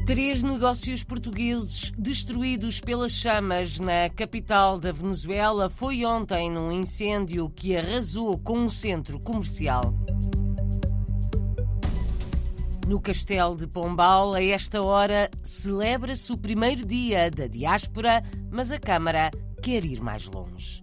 3 negócios portugueses destruídos pelas chamas na capital da Venezuela foi ontem num incêndio que arrasou com um centro comercial. No Castelo de Pombal, a esta hora, celebra-se o primeiro dia da diáspora, mas a Câmara quer ir mais longe.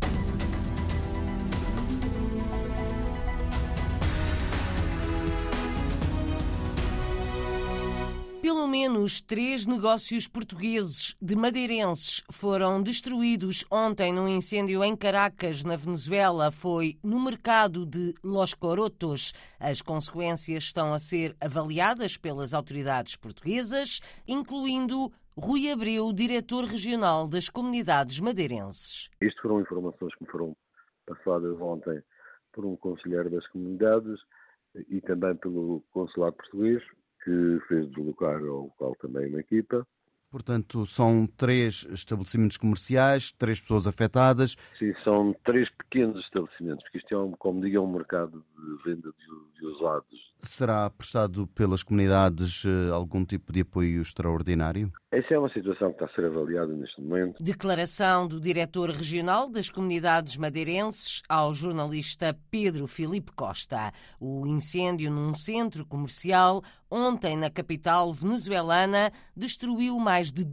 Pelo menos 3 negócios portugueses de madeirenses foram destruídos ontem num incêndio em Caracas, na Venezuela. Foi no mercado de Los Corotos. As consequências estão a ser avaliadas pelas autoridades portuguesas, incluindo Rui Abreu, diretor regional das comunidades madeirenses. Isto foram informações que me foram passadas ontem por um conselheiro das comunidades e também pelo consulado português, que fez deslocar ao local também uma equipa. Portanto, são 3 estabelecimentos comerciais, 3 pessoas afetadas. Sim, são 3 pequenos estabelecimentos, porque isto é, como digo, um mercado de venda de usados. Será prestado pelas comunidades algum tipo de apoio extraordinário? Essa é uma situação que está a ser avaliada neste momento. Declaração do diretor regional das comunidades madeirenses ao jornalista Pedro Filipe Costa. O incêndio num centro comercial ontem na capital venezuelana destruiu mais de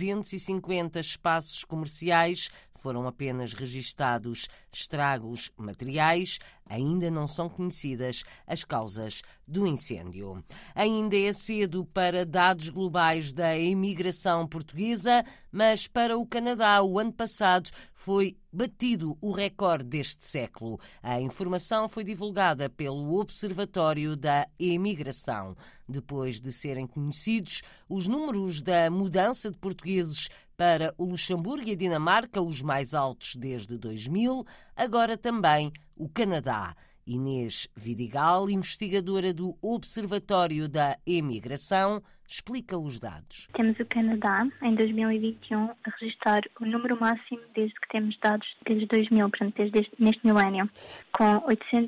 250 espaços comerciais. Foram apenas registados estragos materiais. Ainda não são conhecidas as causas do incêndio. Ainda é cedo para dados globais da imigração portuguesa, mas para o Canadá, o ano passado, foi batido o recorde deste século. A informação foi divulgada pelo Observatório da Imigração. Depois de serem conhecidos os números da mudança de portugueses para o Luxemburgo e a Dinamarca, os mais altos desde 2000, agora também o Canadá. Inês Vidigal, investigadora do Observatório da Imigração, explica os dados. Temos o Canadá, em 2021, a registrar o número máximo desde que temos dados desde 2000, portanto, desde neste milénio, com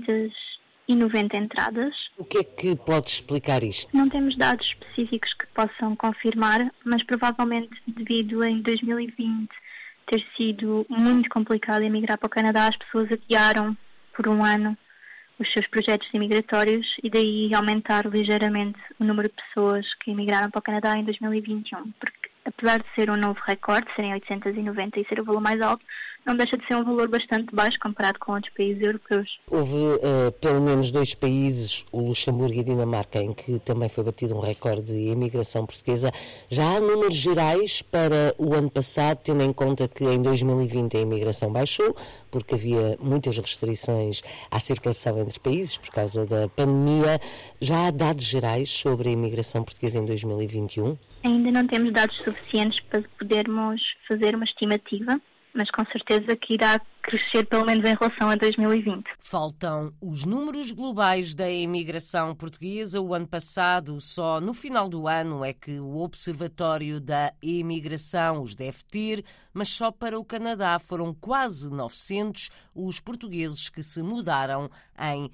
890 entradas. O que é que pode explicar isto? Não temos dados específicos que possam confirmar, mas provavelmente devido a em 2020 ter sido muito complicado emigrar para o Canadá, as pessoas adiaram por um ano os seus projetos imigratórios e daí aumentar ligeiramente o número de pessoas que emigraram para o Canadá em 2021, porque apesar de ser um novo recorde, serem 890 e ser o valor mais alto, não deixa de ser um valor bastante baixo comparado com outros países europeus. Houve pelo menos 2 países, o Luxemburgo e a Dinamarca, em que também foi batido um recorde de imigração portuguesa. Já há números gerais para o ano passado, tendo em conta que em 2020 a imigração baixou, porque havia muitas restrições à circulação entre países por causa da pandemia. Já há dados gerais sobre a imigração portuguesa em 2021? Ainda não temos dados suficientes para podermos fazer uma estimativa, mas com certeza que irá crescer pelo menos em relação a 2020. Faltam os números globais da imigração portuguesa. O ano passado, só no final do ano, é que o Observatório da Imigração os deve ter, mas só para o Canadá foram quase 900 os portugueses que se mudaram em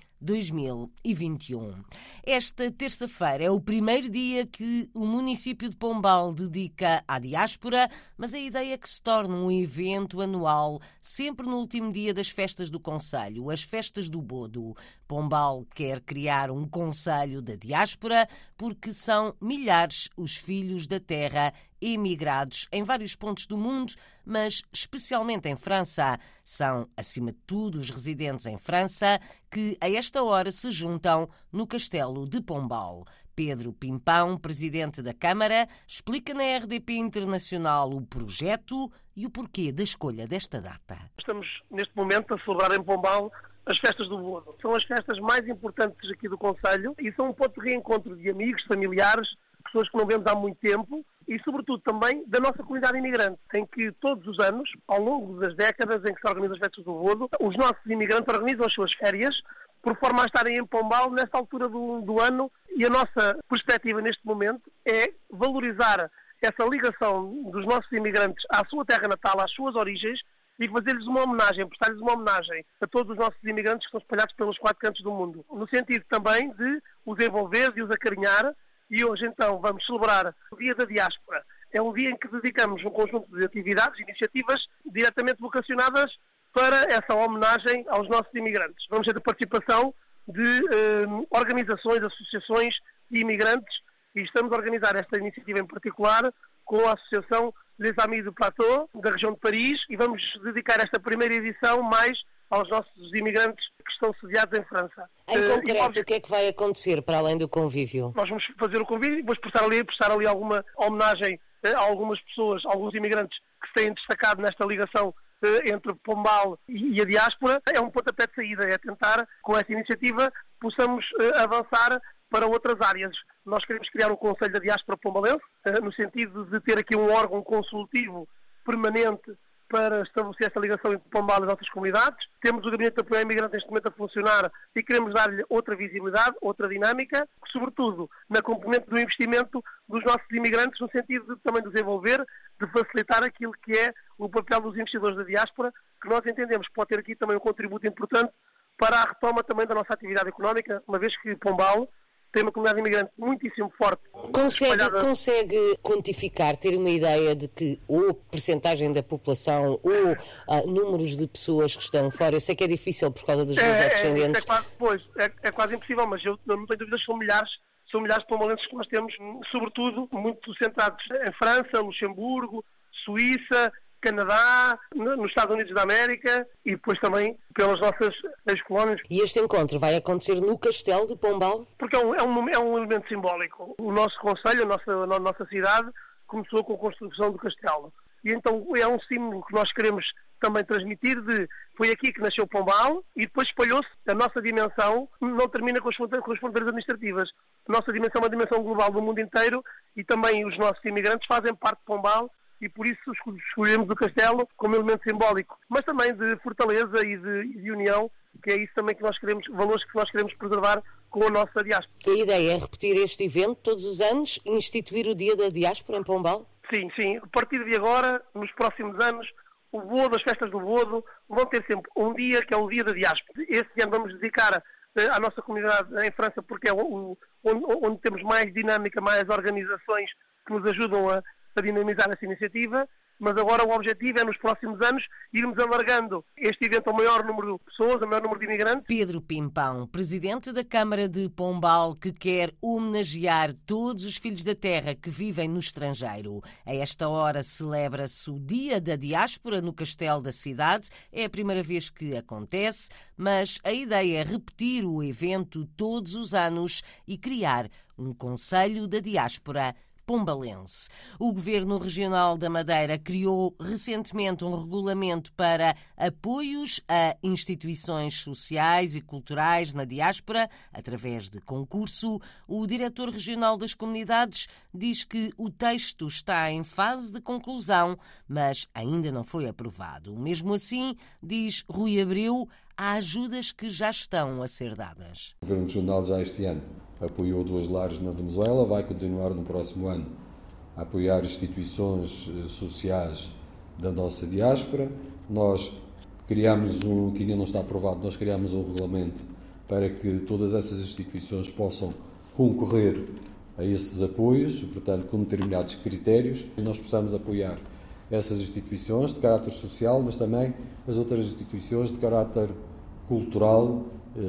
2021. Esta terça-feira é o primeiro dia que o município de Pombal dedica à diáspora, mas a ideia é que se torne um evento anual, sempre no último dia das festas do concelho, as festas do Bodo. Pombal quer criar um concelho da diáspora porque são milhares os filhos da terra emigrados em vários pontos do mundo, mas especialmente em França. São, acima de tudo, os residentes em França que a esta hora se juntam no Castelo de Pombal. Pedro Pimpão, presidente da Câmara, explica na RDP Internacional o projeto e o porquê da escolha desta data. Estamos, neste momento, a celebrar em Pombal as festas do Bodo. São as festas mais importantes aqui do concelho e são um ponto de reencontro de amigos, familiares, pessoas que não vemos há muito tempo e, sobretudo, também da nossa comunidade imigrante, em que todos os anos, ao longo das décadas em que se organizam as festas do Bodo, os nossos imigrantes organizam as suas férias por forma a estarem em Pombal nesta altura do ano, e a nossa perspectiva neste momento é valorizar essa ligação dos nossos imigrantes à sua terra natal, às suas origens, e fazer-lhes uma homenagem, prestar-lhes uma homenagem a todos os nossos imigrantes que estão espalhados pelos 4 cantos do mundo, no sentido também de os envolver, de os acarinhar E hoje, então, vamos celebrar o Dia da Diáspora. É um dia em que dedicamos um conjunto de atividades, iniciativas diretamente vocacionadas para essa homenagem aos nossos imigrantes. Vamos ter a participação de organizações, associações de imigrantes, e estamos a organizar esta iniciativa em particular com a Associação Les Amis du Plateau, da região de Paris, e vamos dedicar esta primeira edição mais aos nossos imigrantes que estão sediados em França. Em concreto, o que é que vai acontecer para além do convívio? Nós vamos fazer o convívio e vamos prestar ali alguma homenagem a algumas pessoas, alguns imigrantes que se têm destacado nesta ligação entre Pombal e a diáspora. É um pontapé de saída, é tentar, com esta iniciativa, possamos avançar para outras áreas. Nós queremos criar um Conselho da Diáspora Pombalense, no sentido de ter aqui um órgão consultivo permanente para estabelecer esta ligação entre Pombal e as nossas comunidades. Temos o Gabinete de Apoio ao Imigrante neste momento a funcionar e queremos dar-lhe outra visibilidade, outra dinâmica, sobretudo na componente do investimento dos nossos imigrantes, no sentido de também desenvolver, de facilitar aquilo que é o papel dos investidores da diáspora, que nós entendemos que pode ter aqui também um contributo importante para a retoma também da nossa atividade económica, uma vez que Pombal tem uma comunidade imigrante muitíssimo forte. Consegue quantificar, ter uma ideia de que ou percentagem da população ou números de pessoas que estão fora? Eu sei que é difícil por causa dos descendentes. É quase impossível, mas eu não tenho dúvidas que são milhares de pombalenses que nós temos, sobretudo muito centrados em França, Luxemburgo, Suíça, Canadá, nos Estados Unidos da América e depois também pelas nossas ex-colónias. E este encontro vai acontecer no Castelo de Pombal? Porque é um elemento simbólico. O nosso concelho, a nossa cidade, começou com a construção do castelo. E então é um símbolo que nós queremos também transmitir de foi aqui que nasceu Pombal e depois espalhou-se. A nossa dimensão não termina com as fronteiras administrativas. A nossa dimensão é uma dimensão global do mundo inteiro e também os nossos imigrantes fazem parte de Pombal e por isso escolhemos o castelo como elemento simbólico, mas também de fortaleza e de união, que é isso também que nós queremos, valores que nós queremos preservar com a nossa diáspora. A ideia é repetir este evento todos os anos e instituir o Dia da Diáspora em Pombal? Sim. A partir de agora, nos próximos anos, o Bodo, as festas do Bodo, vão ter sempre um dia que é o Dia da Diáspora. Este ano vamos dedicar à nossa comunidade em França, porque é onde temos mais dinâmica, mais organizações que nos ajudam a dinamizar essa iniciativa, mas agora o objetivo é, nos próximos anos, irmos alargando este evento ao maior número de pessoas, ao maior número de imigrantes. Pedro Pimpão, presidente da Câmara de Pombal, que quer homenagear todos os filhos da terra que vivem no estrangeiro. A esta hora celebra-se o Dia da Diáspora no Castelo da cidade. É a primeira vez que acontece, mas a ideia é repetir o evento todos os anos e criar um Conselho da Diáspora pombalense. O Governo Regional da Madeira criou recentemente um regulamento para apoios a instituições sociais e culturais na diáspora, através de concurso. O diretor regional das comunidades diz que o texto está em fase de conclusão, mas ainda não foi aprovado. Mesmo assim, diz Rui Abreu, há ajudas que já estão a ser dadas. O Governo Regional já este ano apoiou 2 lares na Venezuela, vai continuar no próximo ano a apoiar instituições sociais da nossa diáspora. Nós criámos que ainda não está aprovado, nós criámos um regulamento para que todas essas instituições possam concorrer a esses apoios, portanto, com determinados critérios. Nós possamos apoiar essas instituições de caráter social, mas também as outras instituições de caráter cultural,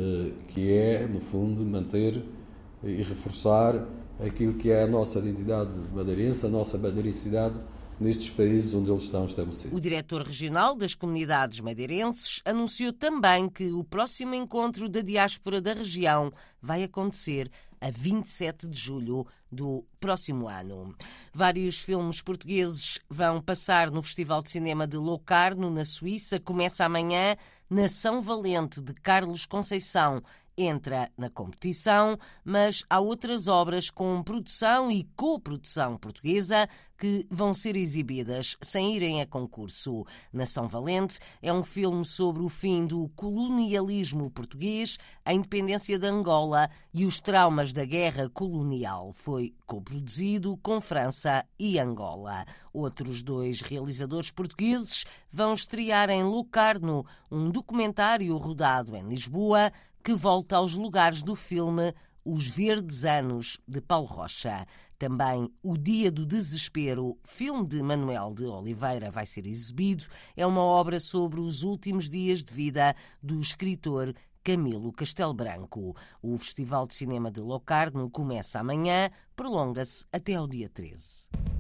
que é, no fundo, manter e reforçar aquilo que é a nossa identidade madeirense, a nossa madeirensidade nestes países onde eles estão estabelecidos. O diretor regional das comunidades madeirenses anunciou também que o próximo encontro da diáspora da região vai acontecer a 27 de julho do próximo ano. Vários filmes portugueses vão passar no Festival de Cinema de Locarno, na Suíça. Começa amanhã Nação Valente, de Carlos Conceição. Entra na competição, mas há outras obras com produção e coprodução portuguesa que vão ser exibidas sem irem a concurso. Nação Valente é um filme sobre o fim do colonialismo português, a independência de Angola e os traumas da guerra colonial. Foi coproduzido com França e Angola. Outros 2 realizadores portugueses vão estrear em Locarno um documentário rodado em Lisboa que volta aos lugares do filme Os Verdes Anos, de Paulo Rocha. Também O Dia do Desespero, filme de Manuel de Oliveira, vai ser exibido. É uma obra sobre os últimos dias de vida do escritor Camilo Castelo Branco. O Festival de Cinema de Locarno começa amanhã, prolonga-se até ao dia 13.